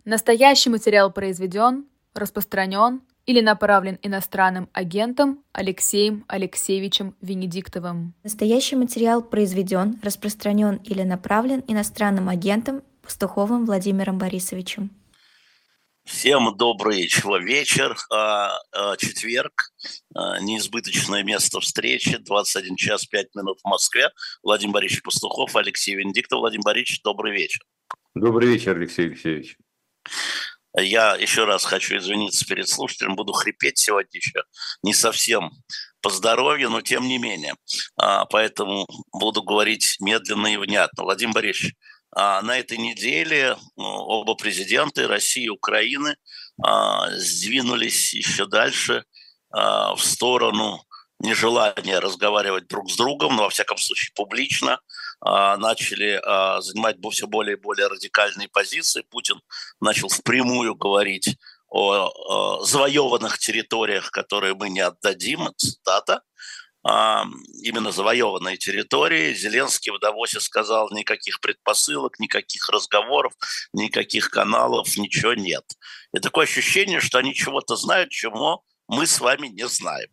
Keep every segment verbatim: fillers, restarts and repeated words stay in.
Настоящий материал произведен, распространен или направлен иностранным агентом Алексеем Алексеевичем Венедиктовым. Настоящий материал произведен, распространен или направлен иностранным агентом Пастуховым Владимиром Борисовичем. Всем добрый вечер. Четверг, неизбыточное место встречи, двадцать один час пять минут в Москве. Владимир Борисович Пастухов, Алексей Венедиктов. Владимир Борисович, добрый вечер. Добрый вечер, Алексей Алексеевич. Я еще раз хочу извиниться перед слушателем, буду хрипеть сегодня еще, не совсем по здоровью, но тем не менее. Поэтому буду говорить медленно и внятно. Владимир Борисович, на этой неделе оба президента, России и Украины, сдвинулись еще дальше в сторону нежелания разговаривать друг с другом, но во всяком случае публично, начали занимать все более и более радикальные позиции. Путин начал впрямую говорить о завоеванных территориях, которые мы не отдадим, цитата. Именно завоеванные территории. Зеленский в Давосе сказал: никаких предпосылок, никаких разговоров, никаких каналов, ничего нет. И такое ощущение, что они чего-то знают, чего мы с вами не знаем.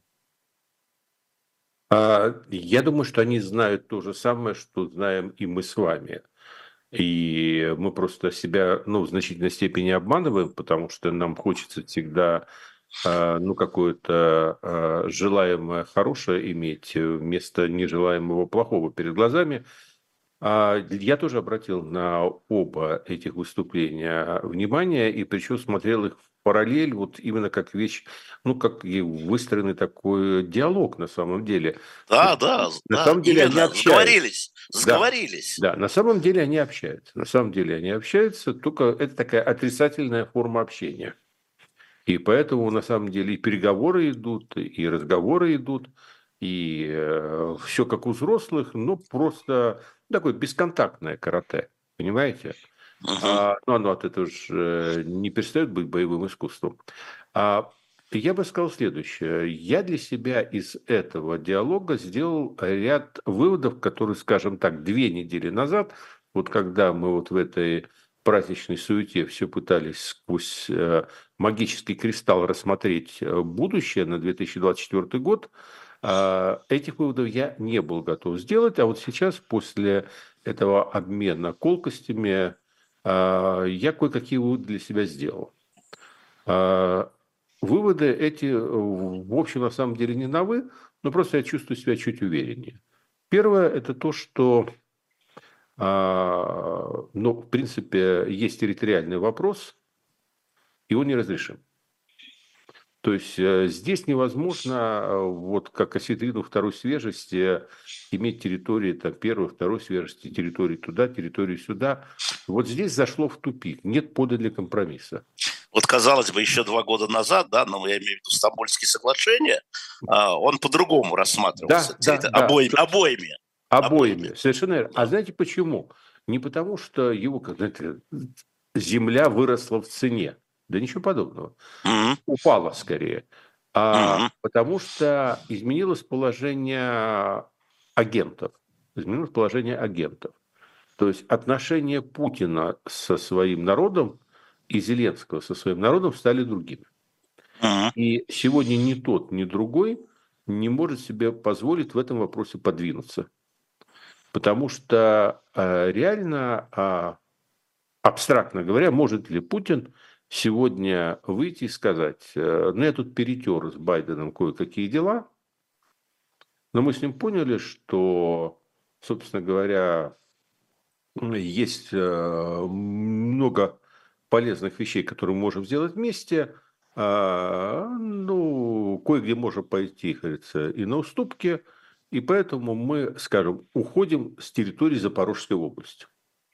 Я думаю, что они знают то же самое, что знаем и мы с вами. И мы просто себя, ну, в значительной степени обманываем, потому что нам хочется всегда, ну, какое-то желаемое хорошее иметь вместо нежелаемого плохого перед глазами. Я тоже обратил на оба этих выступления внимание, и причем смотрел их в параллель, вот именно как вещь, ну, как и выстроенный такой диалог на самом деле. Да, да, на да, самом деле именно, они общаются. сговорились, сговорились. Да, да, на самом деле они общаются, на самом деле они общаются, только это такая отрицательная форма общения. И поэтому на самом деле и переговоры идут, и разговоры идут, и э, все как у взрослых, но просто такое бесконтактное карате, понимаете? Угу. А, ну, оно от этого же не перестает быть боевым искусством. А, я бы сказал следующее. Я для себя из этого диалога сделал ряд выводов, которые, скажем так, две недели назад, вот когда мы вот в этой праздничной суете все пытались сквозь э, магический кристалл рассмотреть будущее на две тысячи двадцать четвёртый год, э, этих выводов я не был готов сделать. А вот сейчас, после этого обмена колкостями, э, я кое-какие выводы для себя сделал. Э, выводы эти, в общем, на самом деле не новы, но просто я чувствую себя чуть увереннее. Первое – это то, что А, ну, в принципе, есть территориальный вопрос, и он неразрешим. То есть здесь невозможно, вот как осетрину второй свежести, иметь территории там, первой, второй свежести, территории туда, территории сюда. Вот здесь зашло в тупик, нет поля для компромисса. Вот, казалось бы, еще два года назад, да, но я имею в виду Стамбульские соглашения, он по-другому рассматривался. Да, да, обоими, да. обоими. Обоими, обоими. Совершенно верно. Да. А знаете почему? Не потому, что его, как знаете, земля выросла в цене. Да ничего подобного. Mm-hmm. Упала скорее. А Mm-hmm. потому что изменилось положение агентов. Изменилось положение агентов. То есть отношения Путина со своим народом и Зеленского со своим народом стали другими. Mm-hmm. И сегодня ни тот, ни другой не может себе позволить в этом вопросе подвинуться. Потому что э, реально, э, абстрактно говоря, может ли Путин сегодня выйти и сказать: э, ну, я тут перетер с Байденом кое-какие дела, но мы с ним поняли, что, собственно говоря, есть э, много полезных вещей, которые мы можем сделать вместе. Э, ну, кое-где можем пойти, как говорится, и на уступки. И поэтому мы, скажем, уходим с территории Запорожской области.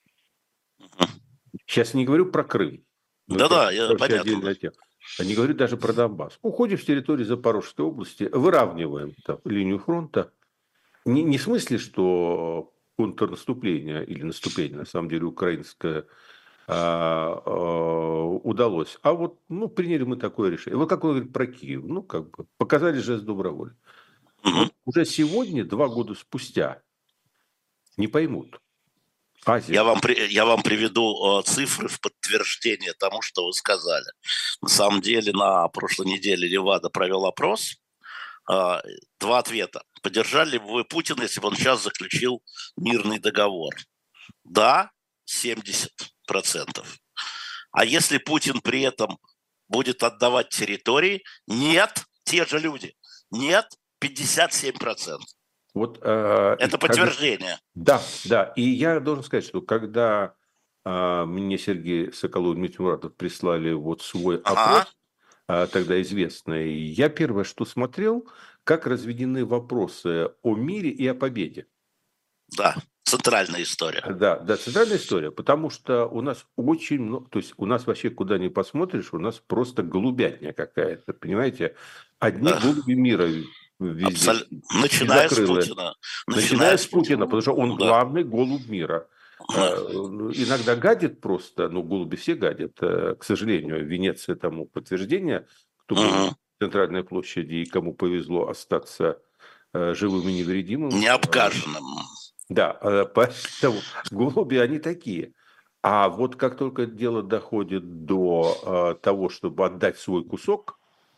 Сейчас не говорю про Крым. Да-да, я, понятно. Да. Не говорю даже про Донбасс. Уходим с территории Запорожской области, выравниваем там линию фронта. Не, не в смысле, что контрнаступление или наступление, на самом деле, украинское а, а, удалось. А вот, ну, приняли мы такое решение. Вот как он говорит про Киев. Ну, как бы, показали жест доброй воли. Вот уже сегодня, два года спустя, не поймут. Азия. Я вам, при- я вам приведу э, цифры в подтверждение тому, что вы сказали. На самом деле на прошлой неделе Левада провел опрос. Э, Два ответа. Поддержали бы вы Путина, если бы он сейчас заключил мирный договор? Да, семьдесят процентов. А если Путин при этом будет отдавать территории? Нет, те же люди. Нет, пятьдесят семь процентов. Вот, э, Это как- подтверждение. Да, да. И я должен сказать, что когда э, мне Сергей Соколов и Дмитрий Муратов прислали вот свой Ага. опрос, э, тогда известный, я первое, что смотрел, как разведены вопросы о мире и о победе. Да, центральная история. Да, да, центральная история, потому что у нас очень много, то есть у нас вообще куда ни посмотришь, у нас просто голубятня какая-то, понимаете? Одни Да. голуби мира везде. Абсолютно. Начиная с Белокрылые. Путина. Начиная с Путина, потому что он Да. главный голубь мира. Да. Э, Иногда гадит просто, ну, голуби все гадят, э, к сожалению. Венеция тому подтверждение, кто был Мгм. в центральной площади и кому повезло остаться э, живым и невредимым. Необгаженным. Да, э, поэтому голуби, они такие. А вот как только дело доходит до э, того, чтобы отдать свой кусок,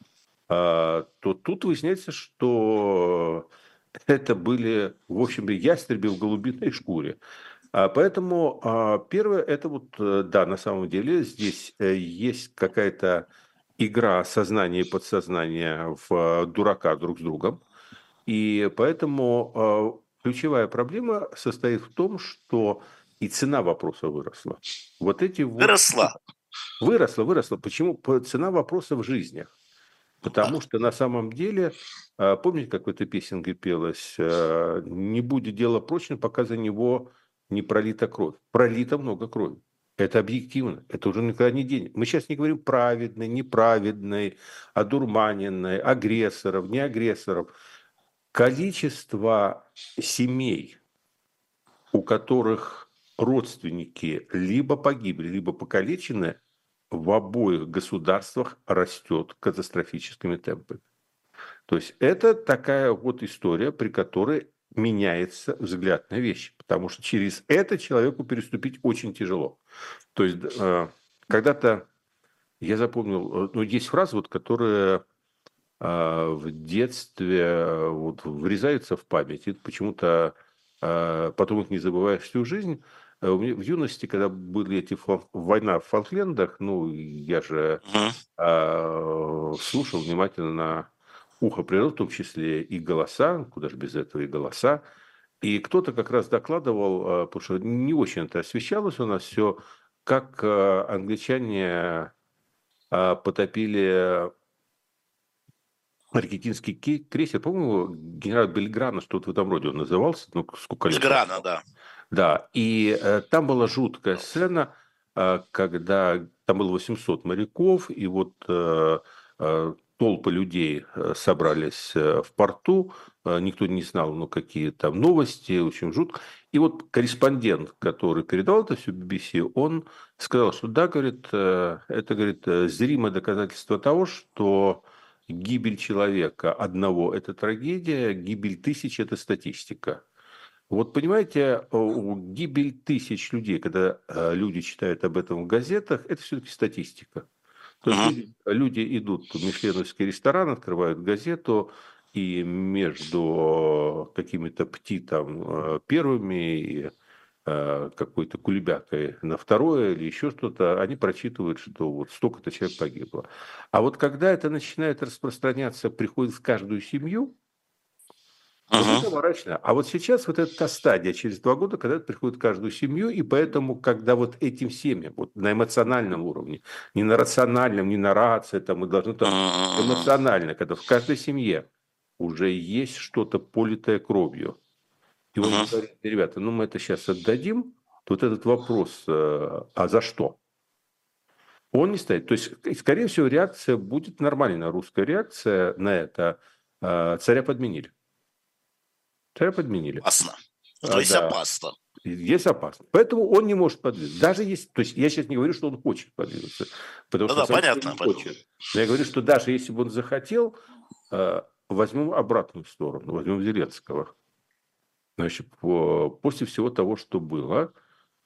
э, то тут выясняется, что это были, в общем, ястреби в голубиной шкуре. А, Поэтому а, первое, это вот, э, да, на самом деле здесь э, есть какая-то игра сознания и подсознания в э, дурака друг с другом. И поэтому э, ключевая проблема состоит в том, что и цена вопроса выросла. Вот эти вот... Выросла. Выросла, выросла. Почему? По- Цена вопроса в жизнях. Потому что на самом деле, э, помните, как в этой песенке пелось, э, не будет дело прочно, пока за него не пролита кровь. Пролито много крови. Это объективно. Это уже никогда не день. Мы сейчас не говорим праведный, неправедный, одурманенный, агрессоров, не агрессоров. Количество семей, у которых родственники либо погибли, либо покалечены, в обоих государствах растет катастрофическими темпами. То есть это такая вот история, при которой меняется взгляд на вещи, потому что через это человеку переступить очень тяжело. То есть э, когда-то я запомнил, э, ну, есть фраза, вот, которая э, в детстве э, вот, врезается в память, и почему-то э, потом их не забываешь всю жизнь. Э, у меня в юности, когда были эти флан- война в Фолклендах, ну, я же Мгм. э, слушал внимательно на ухо природы, в том числе и голоса, куда же без этого и голоса. И кто-то как раз докладывал, э, потому что не очень это освещалось у нас все, как э, англичане э, потопили аргентинский ки- крейсер, по-моему, генерал Бельграна, что-то в этом роде он назывался, ну, сколько лет. Белграна, да. Да, и э, там была жуткая сцена, э, когда там было восемьсот моряков, и вот э, э, толпы людей э, собрались э, в порту, э, никто не знал, ну, какие там новости, очень жутко. И вот корреспондент, который передал это все би би си, он сказал, что да, говорит, э, это, говорит, э, зримое доказательство того, что гибель человека одного – это трагедия, гибель тысяч – это статистика. Вот понимаете, о, гибель тысяч людей, когда э, люди читают об этом в газетах, это все-таки статистика. То есть Мгм. люди, люди идут в мишленовский ресторан, открывают газету, и между какими-то пти там э, первыми и э, какой-то кулебякой на второе или еще что-то, они прочитывают, что вот столько-то человек погибло. А вот когда это начинает распространяться, приходит в каждую семью, вот Мгм. это мрачно. А вот сейчас вот это та стадия, через два года, когда это приходит в каждую семью, и поэтому, когда вот этим семьям, вот на эмоциональном уровне, не на рациональном, не на рации, там мы должны там Мгм. эмоционально, когда в каждой семье уже есть что-то политое кровью. И он Мгм. говорит, ребята, ну мы это сейчас отдадим, то вот этот вопрос, э, а за что? Он не стоит. То есть, скорее всего, реакция будет нормальная русская реакция на это. Э, Царя подменили. Царя подменили. Опасно. А, То есть да. опасно. Есть опасность. Поэтому он не может подвинуться. Даже если, то есть я сейчас не говорю, что он хочет подвинуться, потому Да, что да, сам понятно, не понятно. хочет. Но я говорю, что даже если бы он захотел, э, возьмем обратную сторону, возьмем Зеленского. Значит, по- после всего того, что было,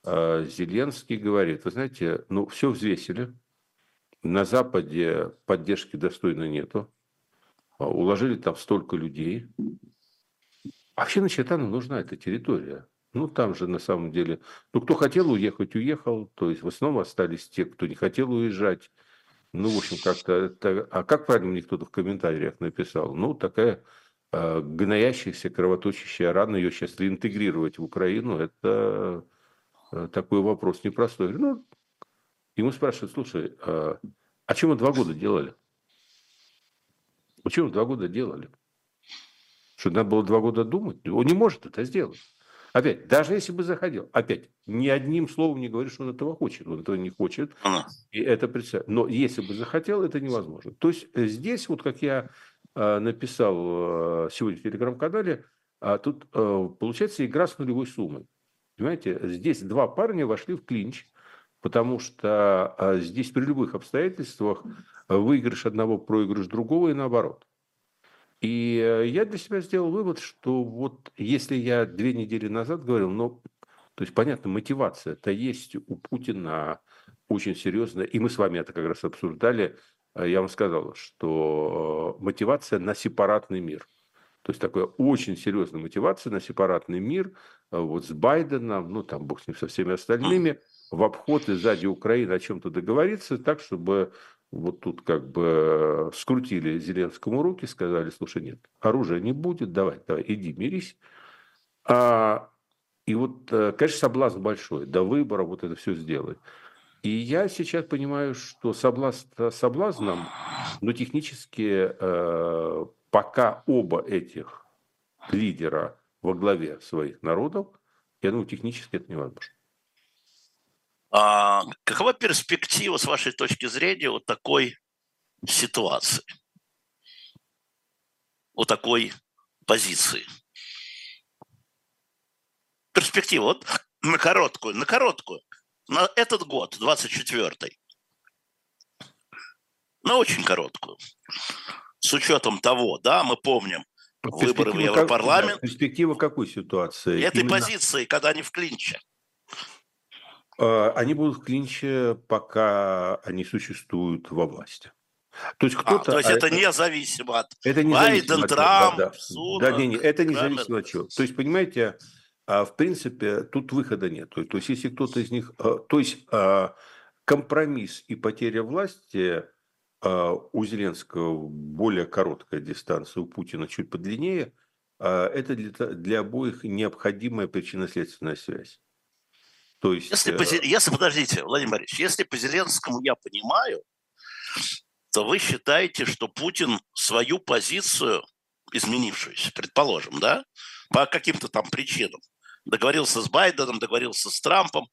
Зеленский говорит, вы знаете, ну все взвесили, на Западе поддержки достойно нету, уложили там столько людей. Вообще, значит, нам нужна эта территория. Ну, там же на самом деле, ну, кто хотел уехать, уехал, то есть в основном остались те, кто не хотел уезжать. Ну, в общем, как-то, это... а как правильно мне кто-то в комментариях написал? Ну, такая э, гноящаяся, кровоточащая рана, ее сейчас реинтегрировать в Украину, это э, такой вопрос непростой. Ну, ему спрашивают, слушай, э, а чем мы два года делали? Почему два года делали? Что надо было два года думать? Он не может это сделать. Опять, даже если бы заходил, опять, ни одним словом не говорит, что он этого хочет. Он этого не хочет. Ага. И это представь. Но если бы захотел, это невозможно. То есть здесь, вот как я э, написал э, сегодня в телеграм-канале, э, тут э, получается игра с нулевой суммой. Понимаете, здесь два парня вошли в клинч, потому что э, здесь при любых обстоятельствах выигрыш одного, проигрыш другого и наоборот. И я для себя сделал вывод, что вот если я две недели назад говорил, ну, то есть, понятно, мотивация-то есть у Путина очень серьезная, и мы с вами это как раз обсуждали, я вам сказал, что мотивация на сепаратный мир. То есть, такая очень серьезная мотивация на сепаратный мир, вот с Байденом, ну, там, бог с ним, со всеми остальными, в обход и сзади Украины о чем-то договориться, так, чтобы... Вот тут как бы скрутили Зеленскому руки, сказали, слушай, нет, оружия не будет, давай, давай, иди, мирись. А, и вот, конечно, соблазн большой, до выбора вот это все сделать. И я сейчас понимаю, что соблазн соблазном, но технически э, пока оба этих лидера во главе своих народов, я думаю, технически это невозможно. А какова перспектива, с вашей точки зрения, вот такой ситуации, вот такой позиции? Перспектива вот на короткую, на короткую, на этот год, двадцать четвёртый, на очень короткую, с учетом того, да, мы помним выборы в Европарламент. Как, перспектива какой ситуации? Этой Именно... позиции, когда они в клинче. Они будут в клинче, пока они существуют во власти. То есть кто-то... А, то есть а это, это независимо от это Байден, от, Трамп, да, Сунак, да, не, не, это независимо Крамер. от чего. То есть, понимаете, в принципе, тут выхода нет. То есть, если кто-то из них... То есть, компромисс и потеря власти у Зеленского более короткая дистанция, у Путина чуть подлиннее, это для, для обоих необходимая причинно-следственная связь. То есть... Если, по, если, подождите, Владимир Борисович, если по Зеленскому я понимаю, то вы считаете, что Путин свою позицию, изменившуюся, предположим, да, по каким-то там причинам, договорился с Байденом, договорился с Трампом,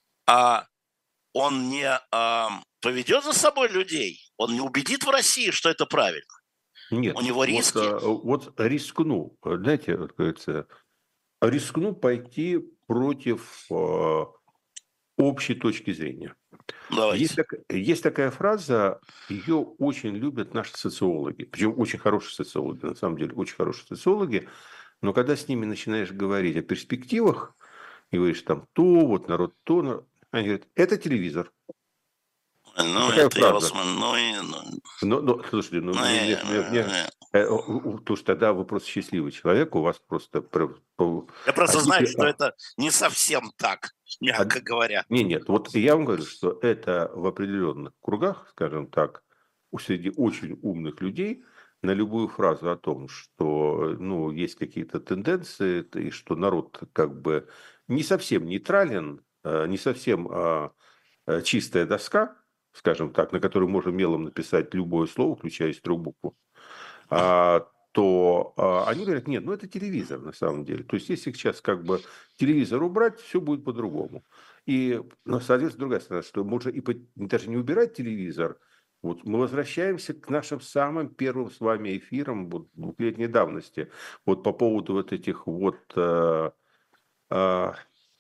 а он не а, поведет за собой людей, он не убедит в России, что это правильно. Нет, у него риски. Вот, вот рискну, знаете, как говорится, рискну пойти против э, общей точки зрения. Есть, так, есть такая фраза, ее очень любят наши социологи, причем очень хорошие социологи, на самом деле, очень хорошие социологи, но когда с ними начинаешь говорить о перспективах, и говоришь там то, вот народ то, народ... они говорят, это телевизор. Ну, Такая это фраза. я вас... Ну, и, ну... Но, но, слушайте, ну, ну, мне, мне, мне, мне, э, потому что тогда вы просто счастливый человек, у вас просто... Я просто одни... знаю, что это не совсем так, мягко Од... говоря. Нет, нет, вот я вам говорю, что это в определенных кругах, скажем так, среди очень умных людей, на любую фразу о том, что ну, есть какие-то тенденции, и что народ как бы не совсем нейтрален, не совсем а, чистая доска, скажем так, на которой можно мелом написать любое слово, включая трехбукву, а, то а, они говорят, нет, ну это телевизор на самом деле. То есть, если сейчас как бы телевизор убрать, все будет по-другому. И, ну, соответственно, другая сторона, что можно и по, даже не убирать телевизор. Вот мы возвращаемся к нашим самым первым с вами эфирам вот, двухлетней давности. Вот по поводу вот этих вот... А, а,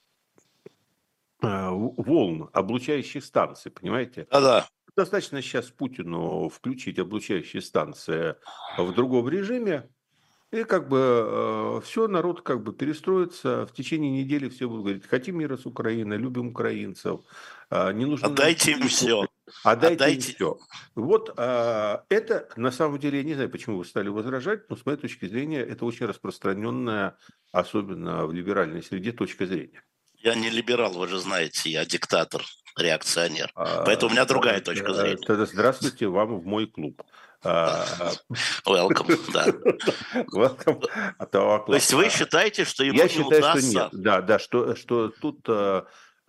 волн, облучающих станций, понимаете? Да-да. Достаточно сейчас Путину включить облучающие станции в другом режиме, И как бы все, народ как бы перестроится. В течение недели все будут говорить: хотим мира с Украиной, любим украинцев, а, не нужны нам Отдайте им другие все. купы, отдайте им Отдайте. все. Вот а, это на самом деле, я не знаю, почему вы стали возражать, но с моей точки зрения это очень распространенная, особенно в либеральной среде, точка зрения. Я не либерал, вы же знаете, я диктатор, реакционер. А, Поэтому у меня другая т- точка т- зрения. Тогда здравствуйте вам в мой клуб. Да. А, Welcome, да. Welcome to our То club. есть вы считаете, что ему Я не считаю, что нет. удастся? Да, да, что, что тут а,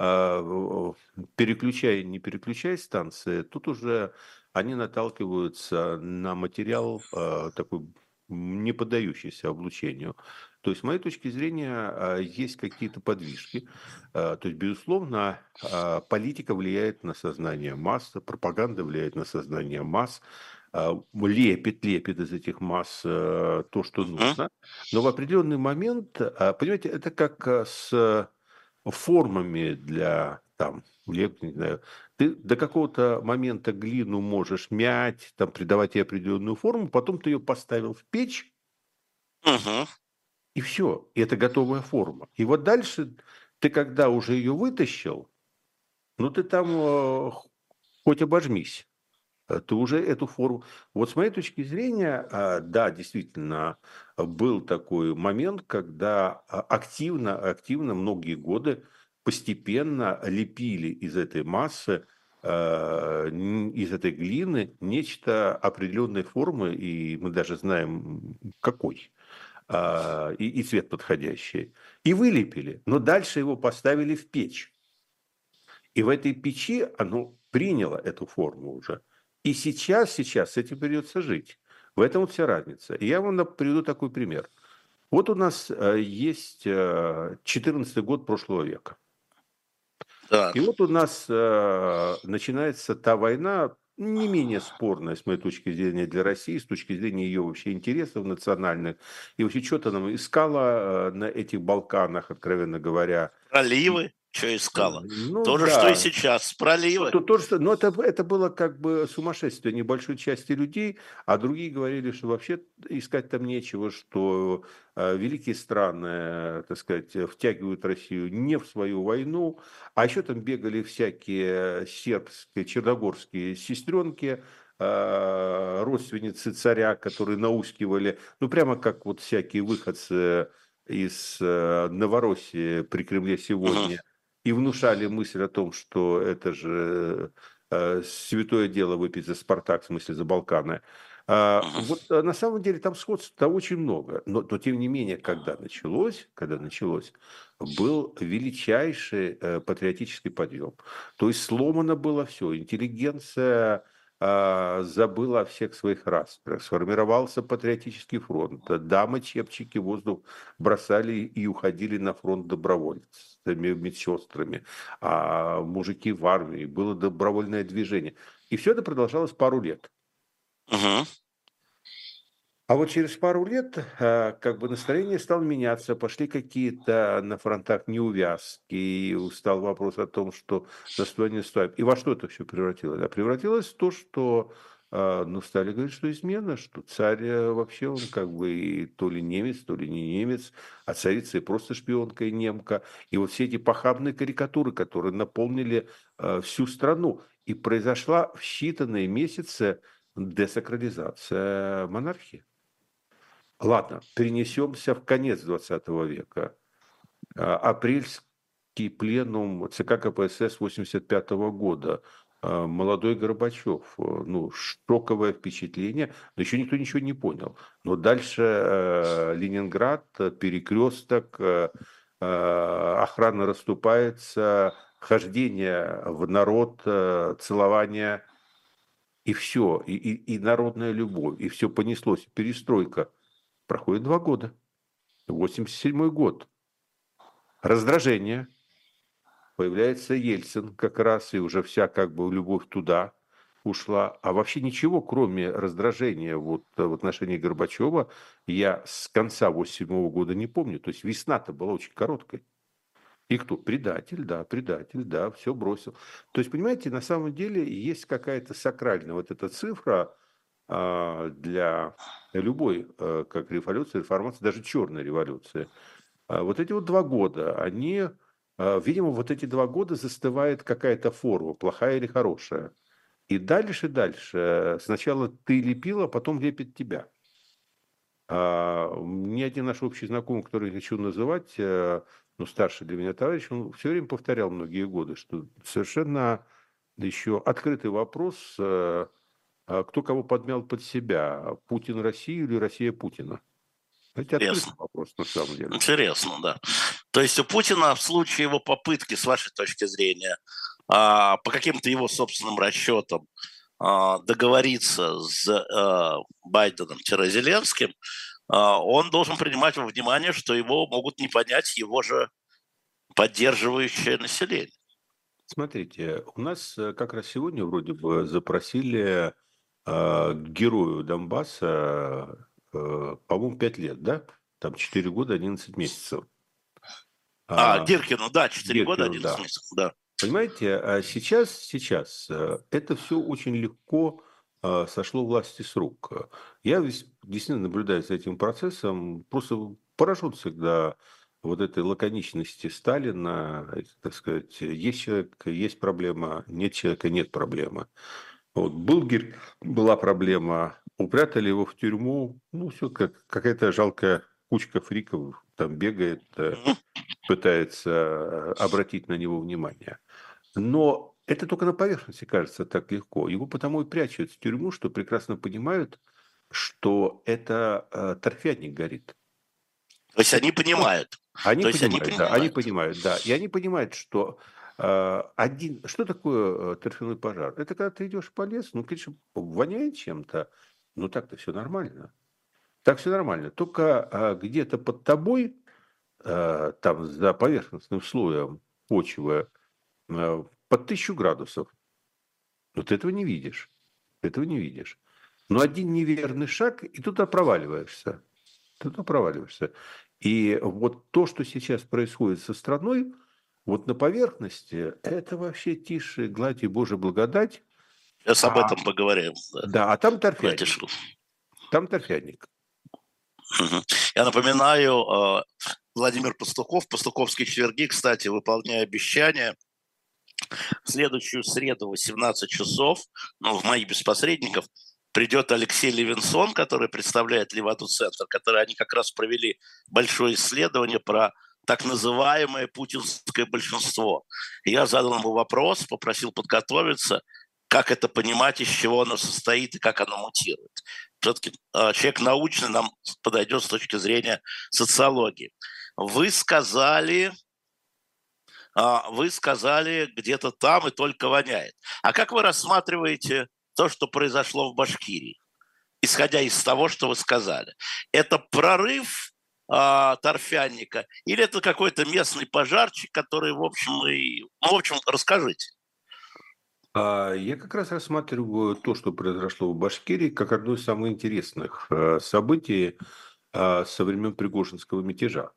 а, переключая, не переключая станции, тут уже они наталкиваются на материал а, такой не поддающийся облучению. То есть, с моей точки зрения, а, есть какие-то подвижки. А, То есть, безусловно, а, политика влияет на сознание масс, пропаганда влияет на сознание масс, а, лепит, лепит из этих масс а, то, что М? нужно. Но в определенный момент, а, понимаете, это как а, с формами для там, леп, не знаю, ты до какого-то момента глину можешь мять, там, придавать ей определенную форму, потом ты ее поставил в печь, Мгм. и все, и это готовая форма. И вот дальше ты, когда уже ее вытащил, ну ты там э, хоть обожмись. э, Ты уже эту форму... Вот с моей точки зрения, а, да, действительно, был такой момент, когда а, активно, активно многие годы постепенно лепили из этой массы, а, н- из этой глины нечто определенной формы, и мы даже знаем, какой, а, и, и цвет подходящий. И вылепили, но дальше его поставили в печь. И в этой печи оно приняло эту форму уже. И сейчас, сейчас с этим придется жить. В этом вот вся разница. И я вам на- приведу такой пример. Вот у нас э, есть э, четырнадцатый год прошлого века. Да. И вот у нас э, начинается та война, не менее спорная, с моей точки зрения, для России, с точки зрения ее вообще интересов национальных. И вообще, что-то нам искала э, на этих Балканах, откровенно говоря. И, Проливы, что э, искала? ну То же, что и да, сейчас. то, Проливы. то, то, что, но это, это было как бы сумасшествие небольшой части людей, а другие говорили, что вообще искать там нечего, что э, великие страны, э, так сказать, втягивают Россию не в свою войну, а еще там бегали всякие сербские, черногорские сестренки, э, родственницы царя, которые наускивали, ну прямо как вот всякие выходцы из э, Новороссии при Кремле Мгм. сегодня, и внушали мысль о том, что это же э, святое дело выпить за Спартак, в смысле за Балканы. А, Мгм. вот а, на самом деле там сходств-то очень много. Но, но тем не менее, когда началось, когда началось, был величайший э, патриотический подъем. То есть сломано было все. Интеллигенция а, забыла о всех своих распрях. Сформировался патриотический фронт. Дамы-чепчики воздух бросали и уходили на фронт добровольцами, медсестрами, а мужики в армии, было добровольное движение. И все это продолжалось пару лет. Мгм. А вот через пару лет а, как бы настроение стало меняться, пошли какие-то на фронтах неувязки, и стал вопрос о том, что за что не стоит. И во что это все превратилось? А превратилось в то, что а, ну, стали говорить, что измена, что царь э, вообще он как бы и то ли немец, то ли не немец, а царица и просто шпионка и немка. И вот все эти похабные карикатуры, которые наполнили э, всю страну. И произошла в считанные месяцы десакрализация монархии. Ладно, перенесемся в конец двадцатого века. А, Апрельский пленум ЦК КПСС восемьдесят пятого года. А, Молодой Горбачев. э, Ну, шоковое впечатление, но еще никто ничего не понял. Но дальше э, Ленинград, э, перекресток, э, э, охрана расступается, хождение в народ, э, целование, и все, и, и, и народная любовь, и все понеслось. Перестройка. Проходит два года. восемьдесят седьмой год. Раздражение. Появляется Ельцин как раз, и уже вся как бы любовь туда ушла. А вообще ничего, кроме раздражения вот э, в отношении Горбачева, я с конца восемьдесят седьмого года не помню. То есть весна-то была очень короткой. И кто? Предатель, да, предатель, да, все бросил. То есть, понимаете, на самом деле есть какая-то сакральная вот эта цифра, а, для любой, э, как революции, реформации, даже черной революции. А вот эти вот два года, они, а, видимо, вот эти два года застывает какая-то форма, плохая или хорошая. И дальше, дальше. Сначала ты лепила, а потом лепит тебя. А, Ни один наш общий знакомый, который я хочу называть, э, ну, старший для меня товарищ, он все время повторял многие годы, что совершенно еще открытый вопрос, э, а кто кого подмял под себя, Путин Россию или Россия Путина. Это открытый Интересно. вопрос на самом деле. Интересно, да. То есть у Путина в случае его попытки, с вашей точки зрения, а, по каким-то его собственным расчетам а, договориться с а, Байденом-Зеленским, а, он должен принимать во внимание, что его могут не понять его же поддерживающее население. Смотрите, у нас э, как раз сегодня вроде бы запросили э, герою Донбасса, э, по-моему, пять лет, да? Там четыре года, одиннадцать месяцев. А, А, Гиркину, да, четыре года, Геркину, одиннадцать да. месяцев, да. Понимаете, а сейчас, сейчас э, это все очень легко э, сошло власти с рук. Я весь- действительно наблюдаю за этим процессом, просто поражен всегда вот этой лаконичности Сталина, э, так сказать, есть человек, есть проблема, нет человека, нет проблемы. Вот был Гир, была проблема, упрятали его в тюрьму, ну все, как какая-то жалкая кучка фриков там бегает, э, Мгм. пытается э, обратить на него внимание. Но это только на поверхности кажется так легко. Его потому и прячут в тюрьму, что прекрасно понимают, что это э, торфяник горит. То есть они понимают. Они То есть они понимают, да, они понимают. понимают, да. И они понимают, что э, один... Что такое э, торфяной пожар? Это когда ты идешь по лесу, ну, конечно, воняет чем-то, но так-то все нормально. Так все нормально. Только э, где-то под тобой, э, там за поверхностным слоем почвы, э, под тысячу градусов, но ты этого не видишь. Ты этого не видишь. Но один неверный шаг, и туда проваливаешься. Ты туда проваливаешься. И вот то, что сейчас происходит со страной, вот на поверхности, это вообще тише, гладь и Божья благодать. Сейчас об А, этом поговорим. Да. да, а там Давайте торфяник. шу- Там торфяник. Мгм. Я напоминаю, э, Владимир Пастухов, Пастуховские четверги, кстати, выполняя обещание, в следующую среду в восемнадцать часов, ну, в моих без посредников, придет Алексей Левинсон, который представляет Леваду-центр, который они как раз провели большое исследование про так называемое путинское большинство. И я задал ему вопрос, попросил подготовиться, как это понимать, из чего оно состоит и как оно мутирует. Все-таки э, человек научный нам подойдет с точки зрения социологии. Вы сказали, а, вы сказали, где-то там и только воняет. А как вы рассматриваете то, что произошло в Башкирии, исходя из того, что вы сказали? Это прорыв а, торфяника или это какой-то местный пожарчик, который, в общем, и... Ну, в общем, расскажите. А я как раз рассматриваю то, что произошло в Башкирии, как одно из самых интересных э, событий э, со времен Пригожинского мятежа.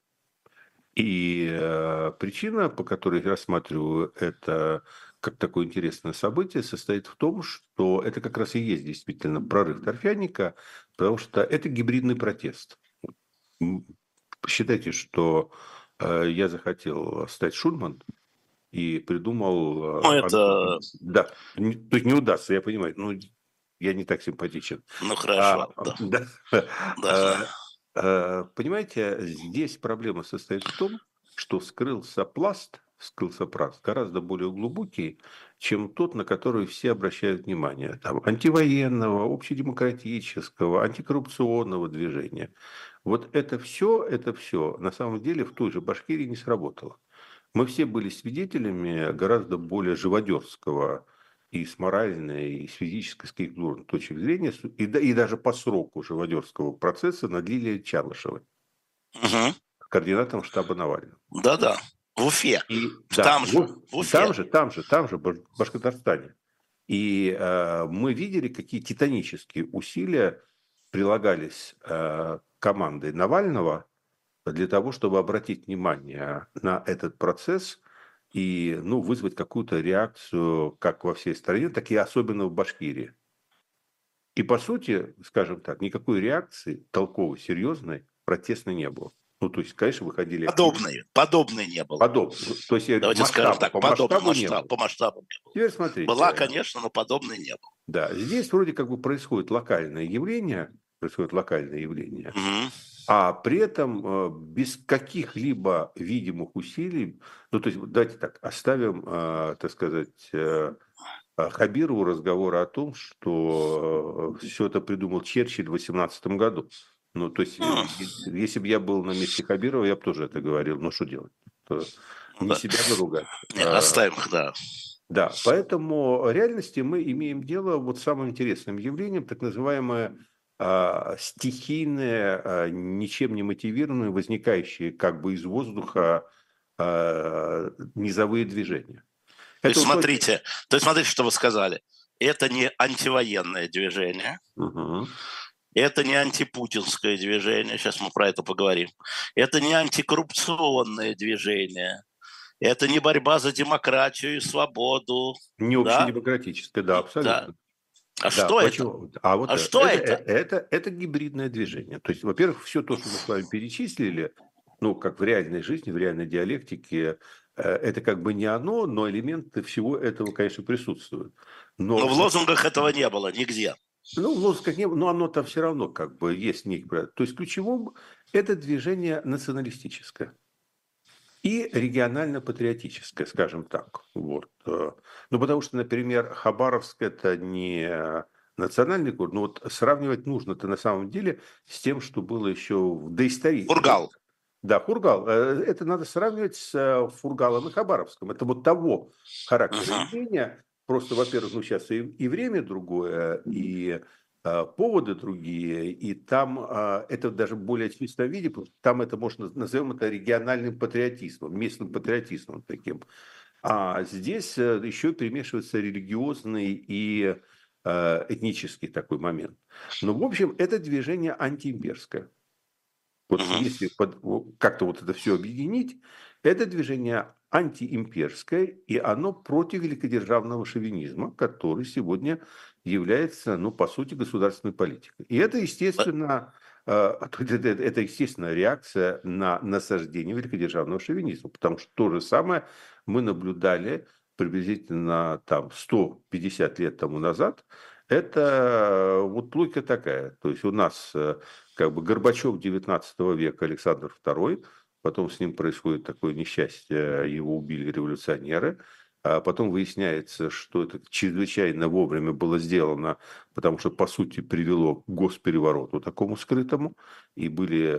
И э, причина, по которой я рассматриваю это как такое интересное событие, состоит в том, что это как раз и есть действительно прорыв торфяника, потому что это гибридный протест. М, Считайте, что э, я захотел стать Шульман и Ну, придумал... э, это, ан- да, не- то есть не удастся, я понимаю, ну, я не так симпатичен. ну, А, хорошо, да, да. да. А, а, Понимаете, здесь проблема состоит в том, что вскрылся пласт, вскрылся пласт гораздо более глубокий, чем тот, на который все обращают внимание. Там, антивоенного, общедемократического, антикоррупционного движения. Вот это все, это все на самом деле в той же Башкирии не сработало. Мы все были свидетелями гораздо более живодерского и с моральной, и с физической, с каких точек зрения, и, да- и даже по сроку живодерского процесса над Лилией Чалышевой, Мгм. координатором штаба Навального. Да-да, в Уфе, И да, там же, вот в Уфе. там же, там же, там же, в Баш- Башкортостане. И э, мы видели, какие титанические усилия прилагались э, командой Навального для того, чтобы обратить внимание на этот процесс и ну, вызвать какую-то реакцию как во всей стране, так и особенно в Башкирии. И, по сути, скажем так, никакой реакции толковой, серьезной, протестной не было. Ну, то есть, конечно, выходили... Подобной, подобной не было. Подобной. То есть, Давайте масштаба, скажем так, по подобной, масштабу не масштаб, было. по масштабу не было. Теперь смотрите. Была, конечно, но подобной не было. Да, здесь вроде как бы происходит локальное явление, происходит локальное явление, Угу. а при этом без каких-либо видимых усилий, ну, то есть, давайте так, оставим, так сказать, Хабирову разговор о том, что все это придумал Черчилль в восемнадцатом году. Ну, то есть, Mm. если бы я был на месте Хабирова, я бы тоже это говорил. Ну, что делать? Не да. себя наругать. Не, оставим их, да. Да, поэтому в реальности мы имеем дело вот с самым интересным явлением, так называемое а, стихийное, а, ничем не мотивированное, возникающее как бы из воздуха а, низовые движения. То Это есть, вот смотрите, то есть, смотрите, что вы сказали. Это не антивоенное движение, угу. Это не антипутинское движение, сейчас мы про это поговорим. Это не антикоррупционное движение. Это не борьба за демократию и свободу. Не общедемократическое, да, да, абсолютно. Да. А да, что почему? это? А, вот а это, что это, это? это? Это это гибридное движение. То есть, во-первых, все то, что мы с вами перечислили, ну, как в реальной жизни, в реальной диалектике, это как бы не оно, но элементы всего этого, конечно, присутствуют. Но, но в лозунгах этого не было нигде. Ну, в лозунгах не было, но оно там все равно как бы есть некое. То есть ключевым это движение националистическое и регионально-патриотическое, скажем так. Вот. Ну, потому что, например, Хабаровск – это не национальный город, но вот сравнивать нужно-то на самом деле с тем, что было еще в доистории. Фургал. Да, Фургал. Это надо сравнивать с Фургалом и Хабаровском. Это вот того характера явления. Просто, во-первых, ну сейчас и, и время другое, и э, поводы другие, и там э, это даже более чистом виде, там это можно, назовем это региональным патриотизмом, местным патриотизмом таким. А здесь э, еще перемешивается религиозный и э, этнический такой момент. Но, в общем, это движение антиимперское. Вот uh-huh. если под, как-то вот это все объединить, это движение антиимперское, и оно против великодержавного шовинизма, который сегодня является, ну, по сути, государственной политикой. И это, естественно, это, естественная реакция на насаждение великодержавного шовинизма, потому что то же самое мы наблюдали приблизительно там сто пятьдесят лет тому назад. Это вот логика такая. То есть у нас как бы Горбачев девятнадцатого века, Александр второй, потом с ним происходит такое несчастье, его убили революционеры, а потом выясняется, что это чрезвычайно вовремя было сделано, потому что, по сути, привело к госперевороту такому скрытому, и были,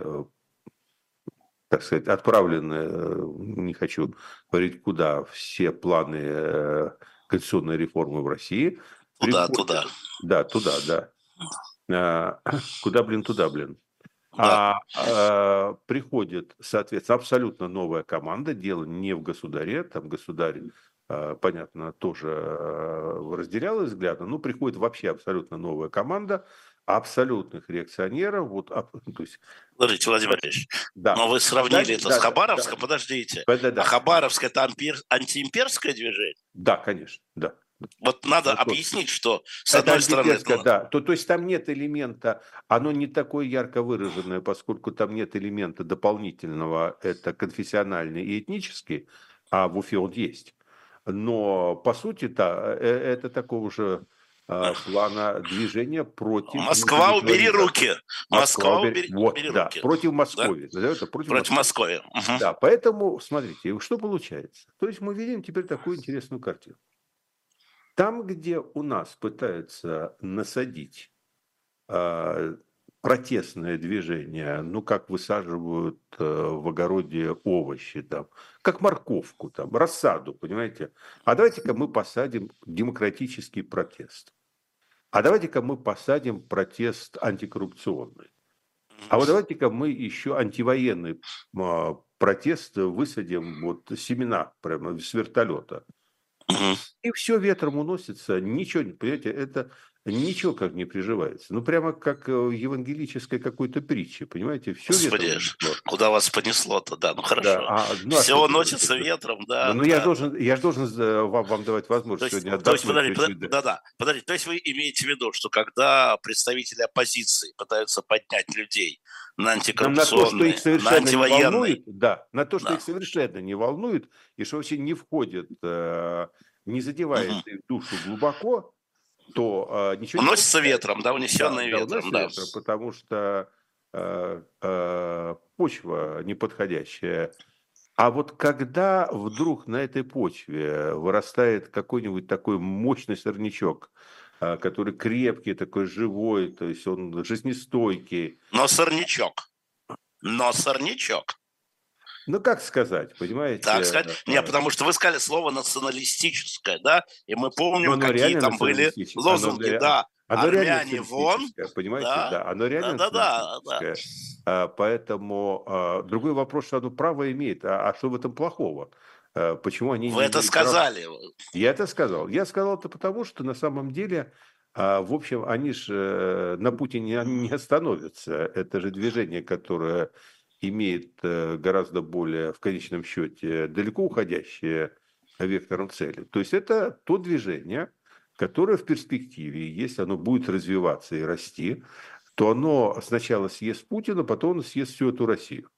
так сказать, отправлены, не хочу говорить куда, все планы конституционной реформы в России. Туда, Приходят, туда. Да, туда, да. А, куда, блин, туда, блин. Да. А, а приходит, соответственно, абсолютно новая команда. Дело не в государе, там государь, а, понятно, тоже а, разделял взгляды, но приходит вообще абсолютно новая команда абсолютных реакционеров. Вот, а, то есть... Подождите, Владимир Ильич, да. но вы сравнили да, это да, с Хабаровском, да, подождите. Да, да, да. А Хабаровск – это ампир... антиимперское движение? Да, конечно, да. Вот надо это объяснить, что с это одной стороны... Это... Да. То, то есть там нет элемента, оно не такое ярко выраженное, поскольку там нет элемента дополнительного, это конфессиональный и этнический, а в Уфе он есть. Но по сути, да, это такого же плана движения против... Москва, убери руки! Москва, Москва, убери, вот, убери да, руки. Против Москвы. Да? Это против, против Москвы. Москвы. Да, поэтому, смотрите, что получается? То есть мы видим теперь такую интересную картину. Там, где у нас пытаются насадить э, протестное движение, ну, как высаживают э, в огороде овощи, там, как морковку, там, рассаду, понимаете? А давайте-ка мы посадим демократический протест. А давайте-ка мы посадим протест антикоррупционный. А вот давайте-ка мы еще антивоенный э, протест высадим, вот семена прямо с вертолета. И все ветром уносится, ничего не, понимаете, это, ничего как не приживается. Ну, прямо как в евангелической какой-то притче, понимаете? Все ветром Господи, унесло. куда вас понесло-то, да, ну Да, хорошо. а, ну, а Все что носится ты? ветром, Ну, да, ну я же да. должен, я же должен э, вам, вам давать То возможность есть, сегодня то есть, отдохнуть. подожди, То есть, подожди, вы- да-да, подожди, то есть вы имеете в виду, что когда представители оппозиции пытаются поднять людей на на, на то, что их антикоррупционные, на совершенно не антивоенные, волнует, да, на то, что их да, совершенно не волнует, и что вообще не входит, э, не мгм. задевает их душу глубоко, то э, ничего не Уносится получается. ветром, да, Да, унесенные да, ветром, уносится да. ветром, потому что э, э, почва неподходящая. А вот когда вдруг на этой почве вырастает какой-нибудь такой мощный сорнячок, э, который крепкий, такой живой, то есть он жизнестойкий, Но сорнячок, но сорнячок. ну как сказать, Так понимаете, сказать, не, э, потому что вы сказали слово националистическое, да, и мы но помним, оно какие реально там были националистическое, оно, лозунги, ре- да, оно реально армяне вон, националистическое, понимаете, да, да, оно реально да-да-да, да. националистическое. А, Поэтому а, другой вопрос, что оно право имеет, а, а что в этом плохого? А, Почему они Вы не это имеют права? сказали. Я это сказал. Я сказал это потому, что на самом деле, а, в общем, они же на Путине не остановятся. Это же движение, которое имеет э, гораздо более, в конечном счете, далеко уходящие вектором цели. То есть это то движение, которое в перспективе, если оно будет развиваться и расти, то оно сначала съест Путина, потом оно съест всю эту Россию.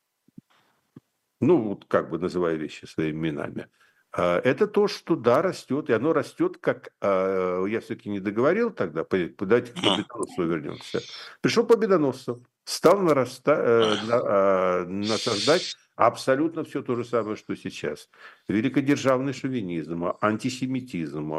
Ну, вот как бы называя вещи своими именами. А, Это то, что да, растет, и оно растет, как а, я все-таки не договорил тогда, по- давайте к Мгм. Победоносцу вернемся. Пришел Победоносцев, стал нараста, э, на- а, насаждать абсолютно все то же самое, что сейчас. Великодержавный шовинизм, антисемитизм,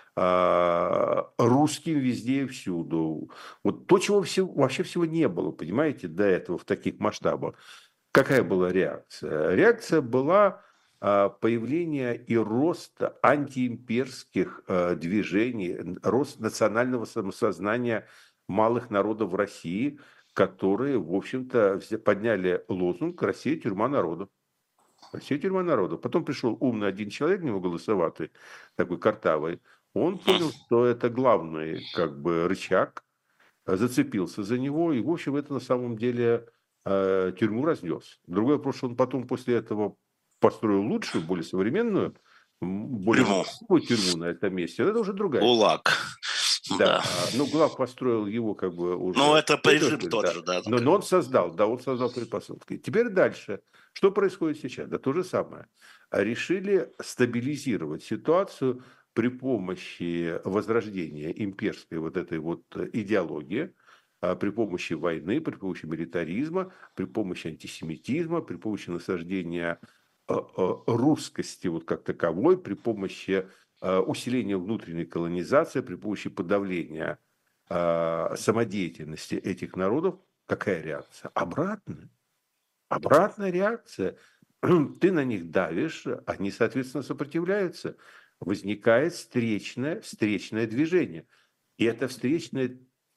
а, русским везде и всюду. Вот то, чего всего, вообще всего не было, понимаете, до этого в таких масштабах. Какая была реакция? Реакция была а, появление и рост антиимперских а, движений, н- рост национального самосознания малых народов в России, которые, в общем-то, взя- подняли лозунг «Россия – тюрьма народов». Россия – тюрьма народов. Потом пришел умный один человек, немного лысоватый, такой картавый. Он понял, что это главный как бы рычаг, зацепился за него, и, в общем, это на самом деле э, тюрьму разнес. Другой вопрос, что он потом после этого построил лучшую, более современную, м, более Тюрьму, красивую тюрьму на этом месте. Это уже другая история. ГУЛАГ, Да, да. а, ну, Глав построил его как бы Ну, уже это следующий, режим тот да. же, да. Но, но он создал, да, он создал предпосылки. Теперь дальше. Что происходит сейчас? Да то же самое. Решили стабилизировать ситуацию при помощи возрождения имперской вот этой вот идеологии, а, при помощи войны, при помощи милитаризма, при помощи антисемитизма, при помощи насаждения э, э, русскости вот как таковой, при помощи э, усиления внутренней колонизации, при помощи подавления э, самодеятельности этих народов. Какая реакция? Обратная. Обратная реакция. Ты на них давишь, они, соответственно, сопротивляются. Возникает встречное, встречное движение. И это встречное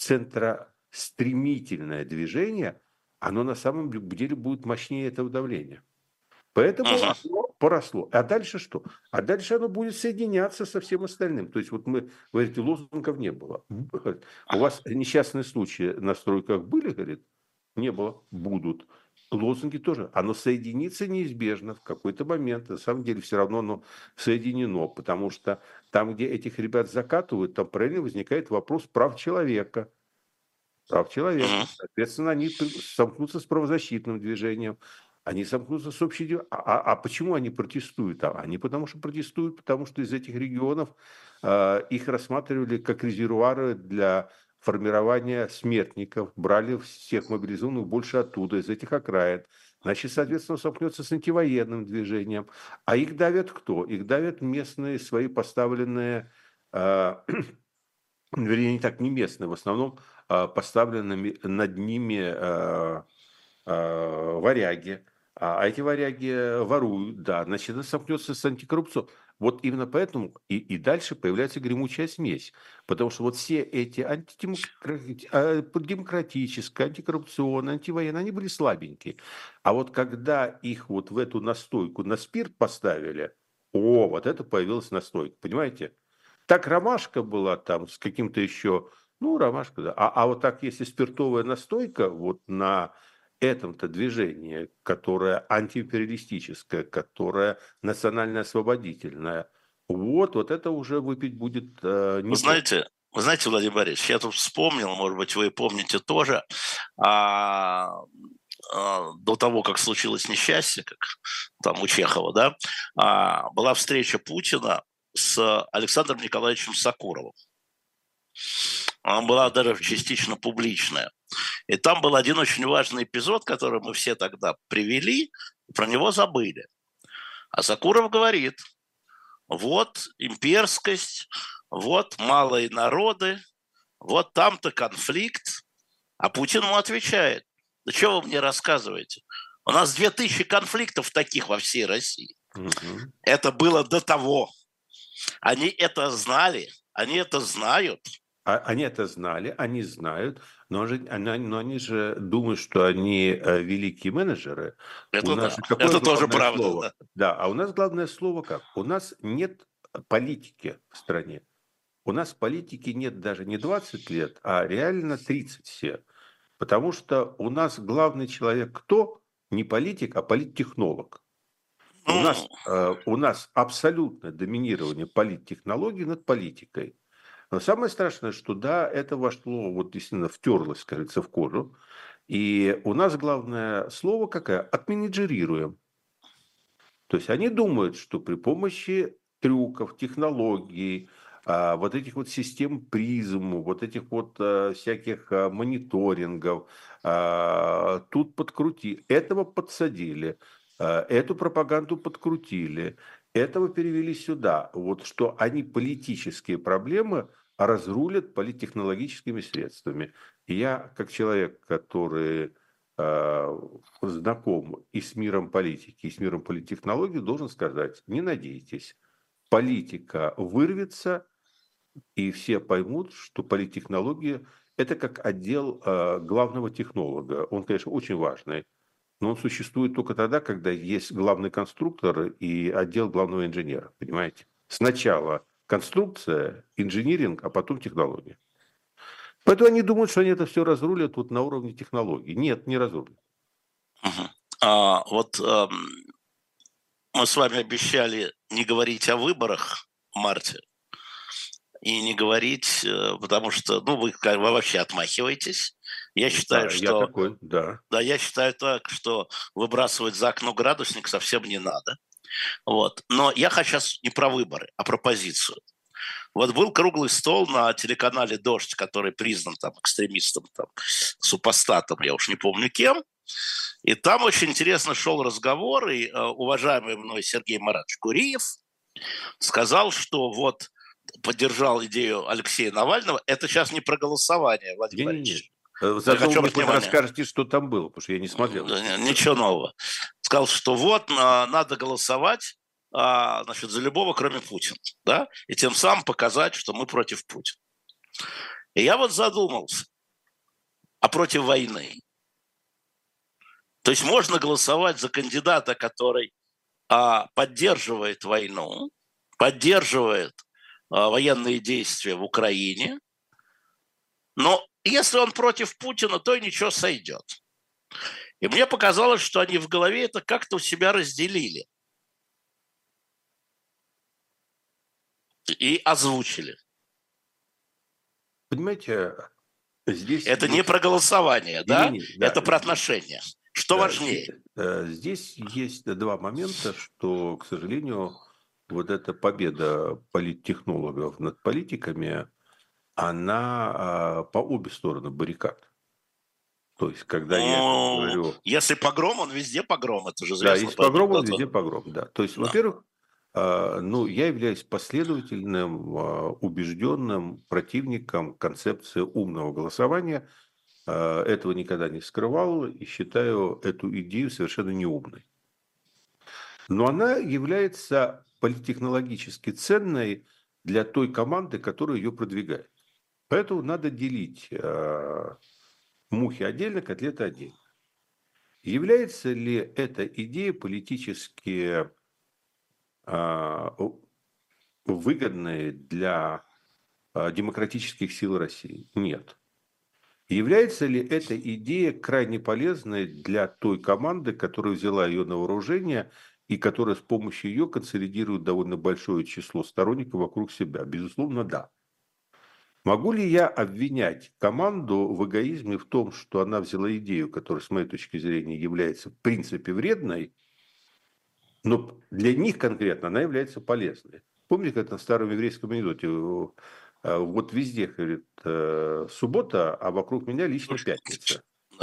центростремительное движение, оно на самом деле будет мощнее этого давления. Поэтому Мгм. оно поросло. А дальше что? А дальше оно будет соединяться со всем остальным. То есть вот мы, говорите, лозунгов не было. У вас несчастные случаи на стройках были, говорит? Не было. Будут. Лозунги тоже. Оно соединится неизбежно в какой-то момент. На самом деле все равно оно соединено, потому что там, где этих ребят закатывают, там правильно возникает вопрос прав человека. Прав человека. Мгм. Соответственно, они при- сомкнутся с правозащитным движением, они сомкнутся с общей... де- А, а- а почему они протестуют? А они потому что протестуют, потому что из этих регионов э, их рассматривали как резервуары для формирования смертников, брали всех мобилизованных больше оттуда, из этих окраин. Значит, соответственно, сомкнется с антивоенным движением. А их давят кто? Их давят местные свои поставленные... э, вернее, не так, не местные, в основном а, поставлены над ними а, а, варяги. А а эти варяги воруют, да, значит, это сомкнется с антикоррупцией. Вот именно поэтому и, и дальше появляется гремучая смесь. Потому что вот все эти антидемократические, антикоррупционные, антивоенные, они были слабенькие. А вот когда их вот в эту настойку на спирт поставили, о, вот это появилась настойка, понимаете? Так ромашка была там с каким-то еще, ну, ромашка, да. А, а вот так, если спиртовая настойка вот на этом-то движении, которое антиимпериалистическое, которое национально-освободительное, вот, вот это уже выпить будет э, Вы неплохо. знаете, вы знаете, Владимир Борисович, я тут вспомнил, может быть, вы помните тоже, а, а, до того, как случилось несчастье, как там у Чехова, да, а, была встреча Путина с Александром Николаевичем Сокуровым. Она была даже частично публичная. И там был один очень важный эпизод, который мы все тогда привели, про него забыли. А Сокуров говорит, вот имперскость, вот малые народы, вот там-то конфликт. А Путин ему отвечает, да что вы мне рассказываете? У нас две тысячи конфликтов таких во всей России. Мгм. Это было до того. Они это знали, они это знают. А- Они это знали, они знают, но, же, они, но они же думают, что они э, великие менеджеры. У Это нас да, же какое это тоже главное правда. слово? Да. Да, а у нас главное слово как? У нас нет политики в стране. У нас политики нет даже не двадцать лет, а реально тридцать все. Потому что у нас главный человек кто? Не политик, а политтехнолог. У нас, Ну, э, у нас абсолютное доминирование политтехнологий над политикой. Но самое страшное, что да, это вошло, вот действительно втерлось, кажется, в кожу. И у нас главное слово какое? Отменеджерируем. То есть они думают, что при помощи трюков, технологий, а, вот этих вот систем призм, вот этих вот а, всяких а, мониторингов, а, тут подкрути, этого подсадили, а, эту пропаганду подкрутили, этого перевели сюда. Вот что они политические проблемы разрулят политтехнологическими средствами. И я, как человек, который э, знаком и с миром политики, и с миром политтехнологий, должен сказать, не надейтесь, политика вырвется, и все поймут, что политтехнология – это как отдел э, главного технолога. Он, конечно, очень важный, но он существует только тогда, когда есть главный конструктор и отдел главного инженера, понимаете? Сначала конструкция, инжиниринг, а потом технология. Поэтому они думают, что они это все разрулят вот на уровне технологий. Нет, не разрулят. мгм. А, вот эм, мы с вами обещали не говорить о выборах в марте и не говорить, э, потому что, ну, вы как бы вообще отмахиваетесь. Я считаю, Да, я что, такой, да. да, я считаю так, что выбрасывать за окно градусник совсем не надо. Вот. Но я хочу сейчас не про выборы, а про позицию. Вот был круглый стол на телеканале «Дождь», который признан там экстремистом, там, супостатом, я уж не помню кем. И там очень интересно шел разговор, и э, уважаемый мной Сергей Маратович Куриев сказал, что вот поддержал идею Алексея Навального. Это сейчас не про голосование, Владимир Не-не-не. Борисович. Э, Но я Зато вы хочу мне обратить хоть внимание. расскажете, что там было, потому что я не смотрел. Да, не- Ничего нового. Сказал, что вот а, надо голосовать а, значит, за любого, кроме Путина. Да? И тем самым показать, что мы против Путина. И я вот задумался, а против войны? То есть можно голосовать за кандидата, который а, поддерживает войну, поддерживает а, военные действия в Украине, но если он против Путина, то и ничего сойдет. И мне показалось, что они в голове это как-то у себя разделили и озвучили. Понимаете, здесь Это не есть... про голосование, да? Не-не-не, да, Это про отношения. Что да, важнее? здесь, э, здесь есть два момента, что, к сожалению, вот эта победа политтехнологов над политиками, она а, по обе стороны баррикад. То есть, когда я Ну, говорю... если погром, он везде погром, это же Да, известно есть по погром, он анекдоту. везде погром, да. То есть, Да. во-первых, а, ну, я являюсь последовательным, а, убежденным противником концепции умного голосования. А, Этого никогда не скрывал и считаю эту идею совершенно неумной. Но она является политтехнологически ценной для той команды, которая ее продвигает. Поэтому надо делить а, мухи отдельно, котлеты отдельно. Является ли эта идея политически а, выгодные для демократических сил России? Нет. Является ли эта идея крайне полезной для той команды, которая взяла ее на вооружение и которая с помощью ее консолидирует довольно большое число сторонников вокруг себя? Безусловно, да. Могу ли я обвинять команду в эгоизме в том, что она взяла идею, которая, с моей точки зрения, является в принципе вредной, но для них конкретно она является полезной? Помните, как на старом еврейском анекдоте: вот везде, говорит, суббота, а вокруг меня лично пятница.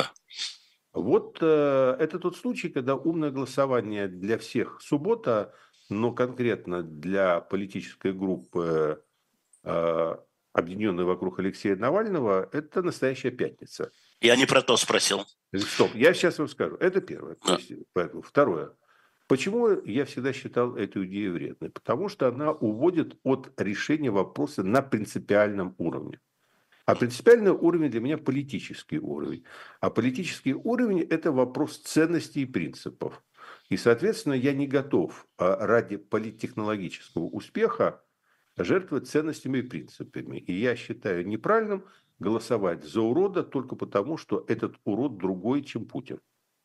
Вот э, это тот случай, когда умное голосование для всех суббота, но конкретно для политической группы, э, объединенной вокруг Алексея Навального, это настоящая пятница. Я не про то спросил. Стоп, я сейчас вам скажу. Это первое. Да. То есть, поэтому, второе. Почему я всегда считал эту идею вредной? Потому что она уводит от решения вопроса на принципиальном уровне. А принципиальный уровень для меня политический уровень. А политический уровень – это вопрос ценностей и принципов. И, соответственно, я не готов ради политтехнологического успеха жертвовать ценностями и принципами. И я считаю неправильным голосовать за урода только потому, что этот урод другой, чем Путин.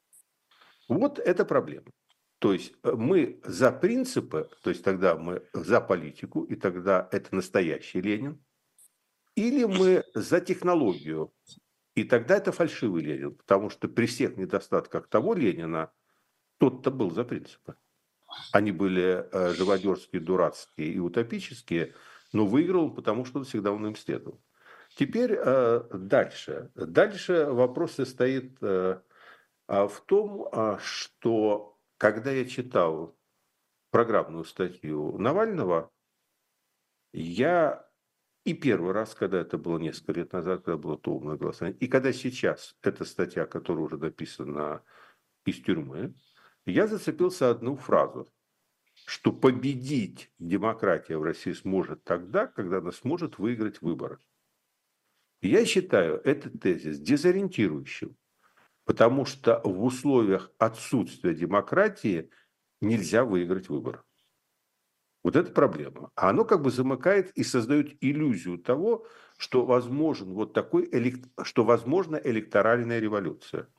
Вот это проблема. То есть мы за принципы, то есть тогда мы за политику, и тогда это настоящий Ленин. Или мы за технологию, и тогда это фальшивый Ленин, потому что при всех недостатках того Ленина тот-то был за принципы. Они были э, живодерские, дурацкие и утопические, но выиграл он, потому что всегда он им следовал. Теперь э, дальше. Дальше вопрос состоит э, в том, что когда я читал программную статью Навального, я... И первый раз, когда это было несколько лет назад, когда было то умное голосование, и когда сейчас эта статья, которая уже написана из тюрьмы, я зацепился одну фразу, что победить демократия в России сможет тогда, когда она сможет выиграть выборы. И я считаю этот тезис дезориентирующим, потому что в условиях отсутствия демократии нельзя выиграть выборы. Вот это проблема. А оно как бы замыкает и создает иллюзию того, что возможен вот такой, что возможна электоральная революция.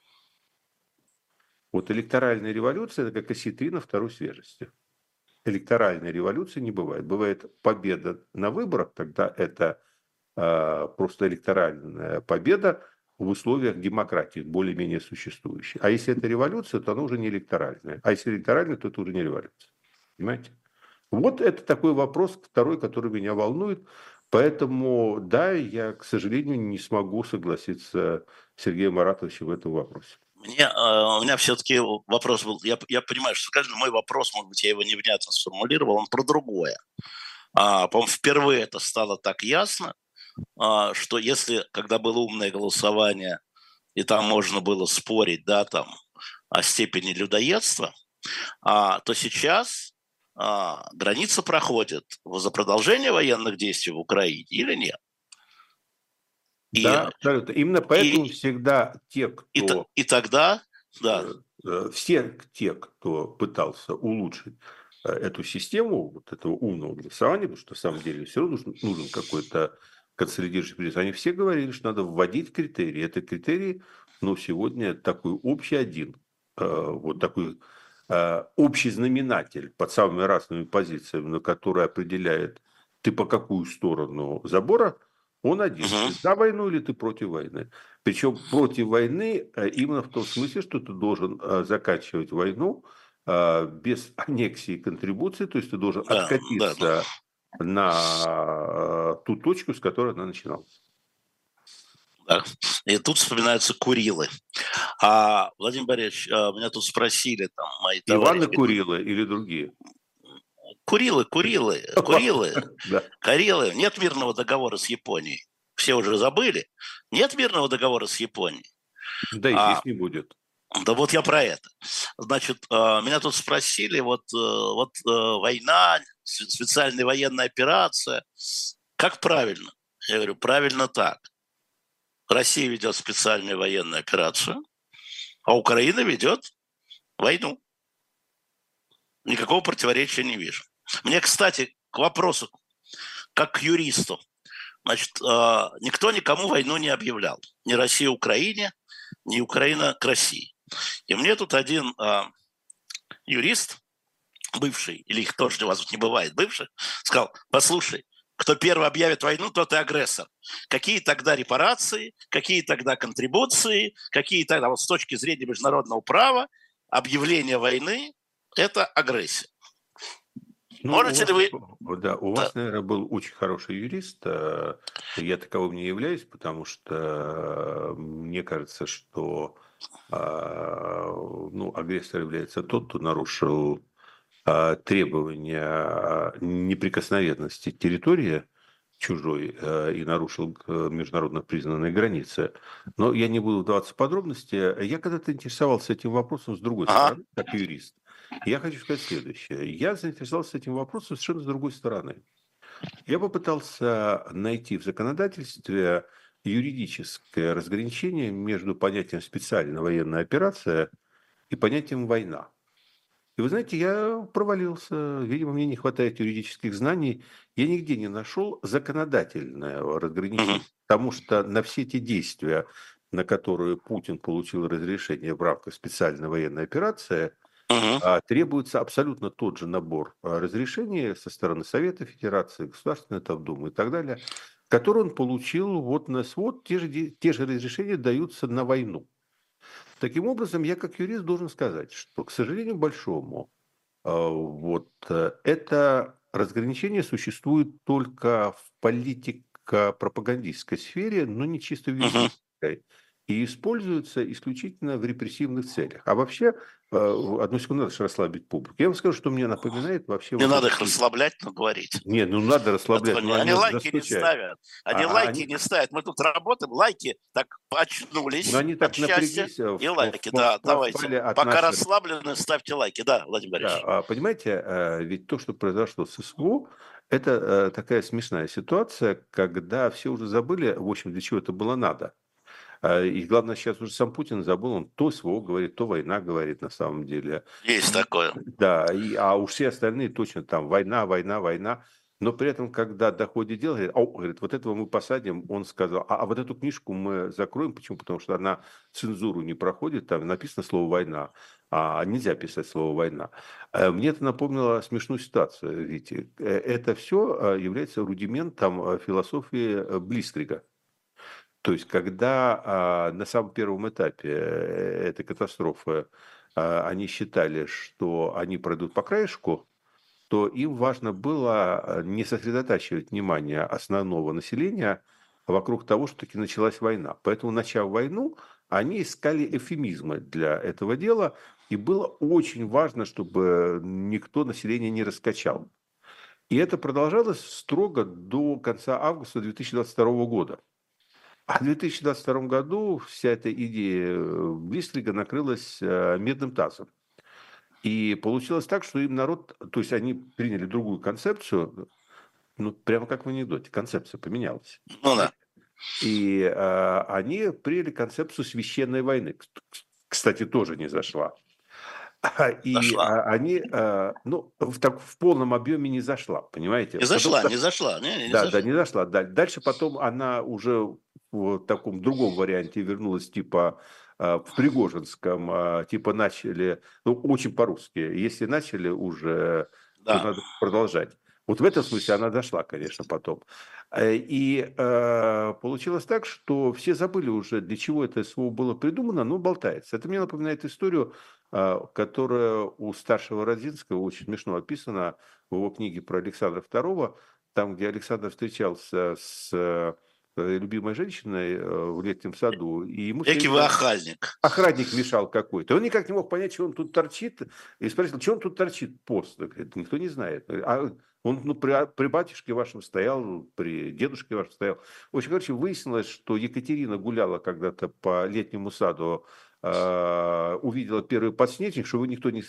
Вот электоральная революция – это как осетрина второй свежести. Электоральной революции не бывает. Бывает победа на выборах, тогда это э, просто электоральная победа в условиях демократии, более-менее существующей. А если это революция, то она уже не электоральная. А если электоральная, то это уже не революция. Понимаете? Вот это такой вопрос второй, который меня волнует. Поэтому, да, я, к сожалению, не смогу согласиться с Сергеем Маратовичем в этом вопросе. Мне, э, у меня все-таки вопрос был, я, я понимаю, что каждый мой вопрос, может быть, я его невнятно сформулировал, он про другое. А, по-моему, впервые это стало так ясно, а, что если, когда было умное голосование, и там можно было спорить, да, там, о степени людоедства, а, то сейчас... А, граница проходит за продолжение военных действий в Украине или нет? И, да, абсолютно. Именно поэтому и, всегда те, кто... И, и тогда, да. Все те, кто пытался улучшить эту систему, вот этого умного голосования, потому что на самом деле все равно нужен, нужен какой-то консолидирующий принцип, они все говорили, что надо вводить критерии. Это критерий, но сегодня такой общий один, вот такой... общий знаменатель под самыми разными позициями, на который определяет, ты по какую сторону забора, он один. Uh-huh. Ты за войну или ты против войны. Причем против войны именно в том смысле, что ты должен заканчивать войну без аннексии и контрибуции, то есть ты должен да, откатиться да, да. на ту точку, с которой она начиналась. Да. И тут вспоминаются Курилы. А, Владимир Борисович, меня тут спросили, там, мои товарищи... Иваны Курилы или другие? Курилы, Курилы, Курилы, Курилы. Нет мирного договора с Японией. Все уже забыли. Нет мирного договора с Японией. Да и а, здесь не будет. Да вот я про это. Значит, меня тут спросили, вот, вот война, специальная военная операция, как правильно? Я говорю, правильно так. Россия ведет специальную военную операцию, а Украина ведет войну. Никакого противоречия не вижу. Мне, кстати, к вопросу, как к юристу. Значит, никто никому войну не объявлял. Ни Россия Украине, ни Украина к России. И мне тут один юрист, бывший, или их тоже у вас тут не бывает бывших, сказал: послушай, кто первый объявит войну, тот и агрессор. Какие тогда репарации, какие тогда контрибуции, какие тогда, вот с точки зрения международного права, объявление войны – это агрессия. Ну, Можете ли вы... Да, у вас, да. наверное, был очень хороший юрист. Я таковым не являюсь, потому что мне кажется, что ну, агрессор является тот, кто нарушил требования неприкосновенности территории чужой и нарушил международно признанные границы. Но я не буду вдаваться в подробности. Я когда-то интересовался этим вопросом с другой ага. стороны, как юрист. Я хочу сказать следующее. Я заинтересовался этим вопросом совершенно с другой стороны. Я попытался найти в законодательстве юридическое разграничение между понятием «специальная военная операция» и понятием «война». И вы знаете, я провалился. Видимо, мне не хватает юридических знаний. Я нигде не нашел законодательного разграничения, потому что на все те действия, на которые Путин получил разрешение в рамках специальной военной операции, Uh-huh. требуется абсолютно тот же набор разрешений со стороны Совета Федерации, Государственной Думы и так далее, который он получил вот на свод. Те же, те же разрешения даются на войну. Таким образом, я как юрист должен сказать, что, к сожалению большому, вот это разграничение существует только в политико-пропагандистской сфере, но не чисто в юридической. Uh-huh. И используются исключительно в репрессивных целях. А вообще, одну секунду, надо же расслабить публику. Я вам скажу, что мне напоминает вообще... Не вот надо это... их расслаблять, но говорить. Нет, ну надо расслаблять. Они, они лайки застучать. Не ставят. Они а, лайки они... не ставят. Мы тут работаем, лайки так очнулись. Но они так напряглись. И лайки, в, да, в, давайте. Пока нашей... расслаблены, ставьте лайки. Да, Владимир Борисович. Да, понимаете, ведь то, что произошло с СВО, это такая смешная ситуация, когда все уже забыли, в общем, для чего это было надо. И главное, сейчас уже сам Путин забыл, он то СВО говорит, то война говорит на самом деле. Есть такое. Да, и, а уж все остальные точно там война, война, война. Но при этом, когда доходит дело, говорит, о, говорит, вот этого мы посадим, он сказал, а, а вот эту книжку мы закроем, почему? Потому что она цензуру не проходит, там написано слово «война», а нельзя писать слово «война». Мне это напомнило смешную ситуацию, видите. Это все является рудиментом философии Блистрига. То есть, когда а, на самом первом этапе этой катастрофы а, они считали, что они пройдут по краешку, то им важно было не сосредотачивать внимание основного населения вокруг того, что таки началась война. Поэтому, начав войну, они искали эвфемизмы для этого дела, и было очень важно, чтобы никто население не раскачал. И это продолжалось строго до конца августа две тысячи двадцать второго года. А в две тысячи двадцать втором году вся эта идея Блистрига накрылась медным тазом. И получилось так, что им народ, то есть они приняли другую концепцию, ну, прямо как в анекдоте, концепция поменялась. Ну да. И а, они приняли концепцию священной войны. Кстати, тоже не зашла. И зашла. они, ну, в, так, в полном объеме не зашла, понимаете? Не зашла, Потому, не зашла. Не, не да, зашла. да, не зашла. Дальше потом она уже в таком другом варианте вернулась, типа в Пригожинском, типа начали, ну, очень по-русски, если начали уже, да. то надо продолжать. Вот в этом смысле она дошла, конечно, потом. И э, получилось так, что все забыли уже, для чего это СВО было придумано, но болтается. Это мне напоминает историю, э, которая у старшего Родзинского очень смешно описана в его книге про Александра второго, там, где Александр встречался с любимой женщиной в летнем саду. И ему Экий вы охранник. Охранник мешал какой-то. Он никак не мог понять, что он тут торчит. И спросил, что он тут торчит пост. Говорит, никто не знает. А он ну, при, при батюшке вашем стоял, при дедушке вашем стоял. В общем, короче, выяснилось, что Екатерина гуляла когда-то по летнему саду, э, увидела первый подснежник, что его никто не,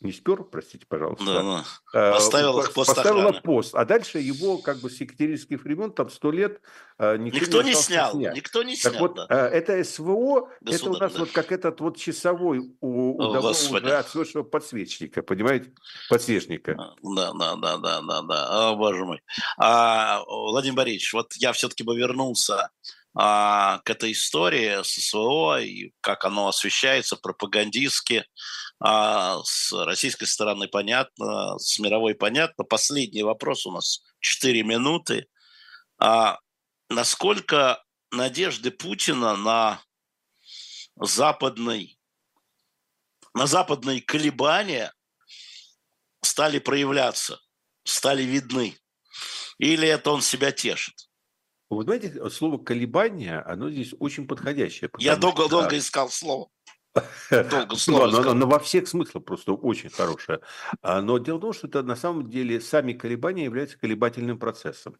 не спер, простите, пожалуйста, да, да. Поставил их пост поставила охраны. пост, а дальше его как бы с екатеринских времен, там сто лет, никто, никто не, не снял, снять. никто не так снял, вот, да. это СВО, Государь, это у нас да. вот как этот вот часовой у, у О, давно Господи. уже отсвеченного подсвечника, понимаете, подсвечника. Да, да, да, да, да, да, о, боже мой. А, Владимир Борисович, вот я все-таки бы вернулся а, к этой истории с СВО и как оно освещается пропагандистски. А, с российской стороны понятно, с мировой понятно. Последний вопрос, у нас четыре минуты. А, насколько надежды Путина на западный, на западные колебания стали проявляться, стали видны? Или это он себя тешит? Вы знаете, слово «колебание», оно здесь очень подходящее. Я долго, что... долго искал слово. Долго слово но, искал. но, но во всех смыслах просто очень хорошее. Но дело в том, что это на самом деле сами колебания являются колебательным процессом.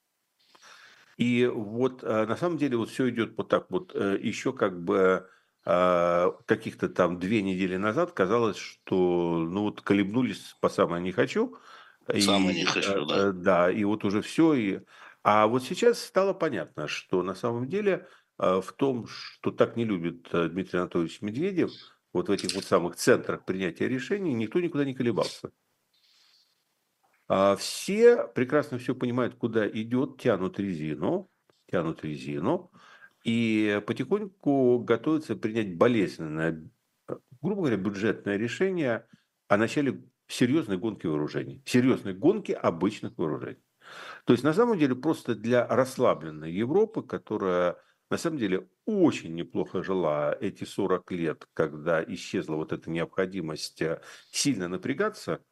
И вот на самом деле вот все идет вот так вот. Еще как бы каких-то там две недели назад казалось, что ну вот колебнулись по самое не хочу. Самое И, не хочу, да. Да, и вот уже все. И... А вот сейчас стало понятно, что на самом деле в том, что так не любит Дмитрий Анатольевич Медведев, вот в этих вот самых центрах принятия решений, никто никуда не колебался. Все прекрасно все понимают, куда идет, тянут резину, тянут резину, и потихоньку готовятся принять болезненное, грубо говоря, бюджетное решение о начале серьезной гонки вооружений, серьезной гонки обычных вооружений. То есть на самом деле просто для расслабленной Европы, которая на самом деле очень неплохо жила эти сорок лет, когда исчезла вот эта необходимость сильно напрягаться,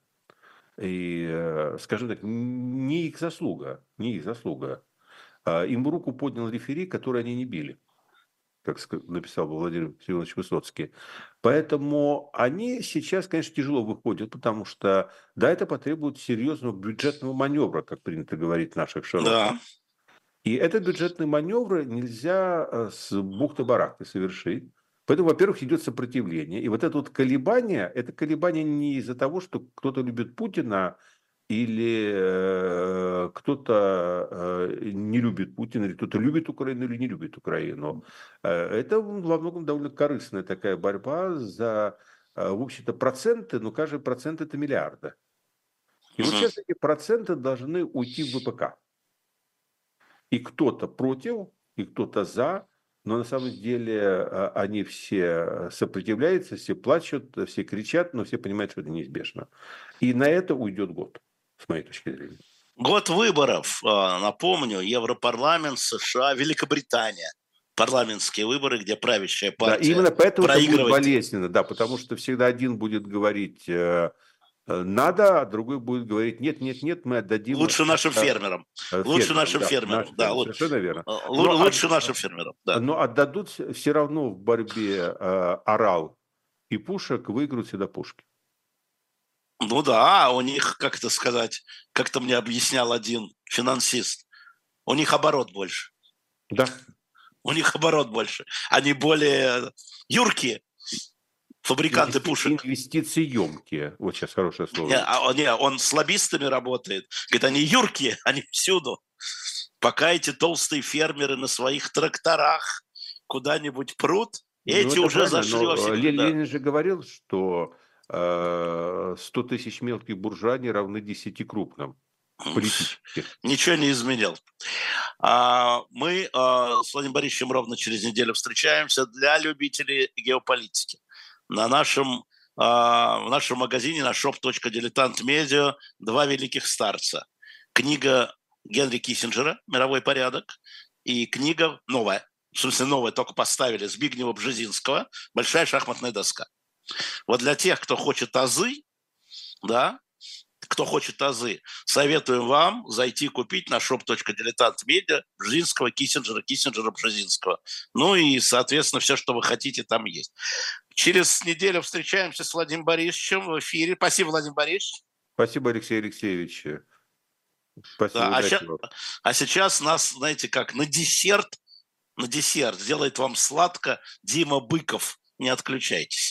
и, скажем так, не их заслуга, не их заслуга. Им руку поднял рефери, который они не били, как написал Владимир Семенович Высоцкий. Поэтому они сейчас, конечно, тяжело выходят, потому что, да, это потребует серьезного бюджетного маневра, как принято говорить в наших широтах. Да. И этот бюджетный маневр нельзя с бухты-барахты совершить. Поэтому, во-первых, идет сопротивление. И вот это вот колебание, это колебание не из-за того, что кто-то любит Путина, или э, кто-то э, не любит Путина, или кто-то любит Украину, или не любит Украину. Э, это во многом довольно корыстная такая борьба за, э, в общем-то, проценты, но каждый процент – это миллиарды. И вот сейчас эти проценты должны уйти в ВПК. И кто-то против, и кто-то за, но на самом деле они все сопротивляются, все плачут, все кричат, но все понимают, что это неизбежно. И на это уйдет год, с моей точки зрения. Год выборов, напомню, Европарламент, США, Великобритания. Парламентские выборы, где правящая партия да, именно поэтому проигрывает. Это будет болезненно, да, потому что всегда один будет говорить надо, а другой будет говорить нет, нет, нет, мы отдадим... Лучше нашим фермерам. фермерам Лучше нашим да, фермерам. нашим Да, фермерам. лучше, Совершенно верно. Л- лучше от... нашим фермерам. Да. Но отдадут все равно в борьбе э, орал и пушек, выиграют всегда пушки. Ну да, у них, как это сказать, как-то мне объяснял один финансист, у них оборот больше. Да. У них оборот больше. Они более юркие. Фабриканты Инвести... пушек. Инвестиции емкие. Вот сейчас хорошее слово. Не, а, не, он с лоббистами работает. Говорит, они юркие, они всюду. Пока эти толстые фермеры на своих тракторах куда-нибудь прут, ну, эти уже правильно, зашли во все. Ленин же говорил, что э, сто тысяч мелких буржуа равны десяти крупным. Политически. Ничего не изменил. А, мы а, с Владимиром Борисовичем ровно через неделю встречаемся для любителей геополитики. На нашем, а, в нашем магазине на shop точка diletant media два великих старца. Книга Генри Киссинджера «Мировой порядок» и книга новая, в смысле новая, только поставили, Збигнева Бжезинского «Большая шахматная доска». Вот для тех, кто хочет азы, да, кто хочет азы, советуем вам зайти купить на shop точка diletant media Бжезинского, Киссинджера, Киссинджера, Бжезинского. Ну и, соответственно, все, что вы хотите, там есть. Через неделю встречаемся с Владимиром Борисовичем в эфире. Спасибо, Владимир Борисович. Спасибо, Алексей Алексеевич. Спасибо. Да, а, сейчас, а сейчас нас, знаете как, на десерт, на десерт сделает вам сладко Дима Быков. Не отключайтесь.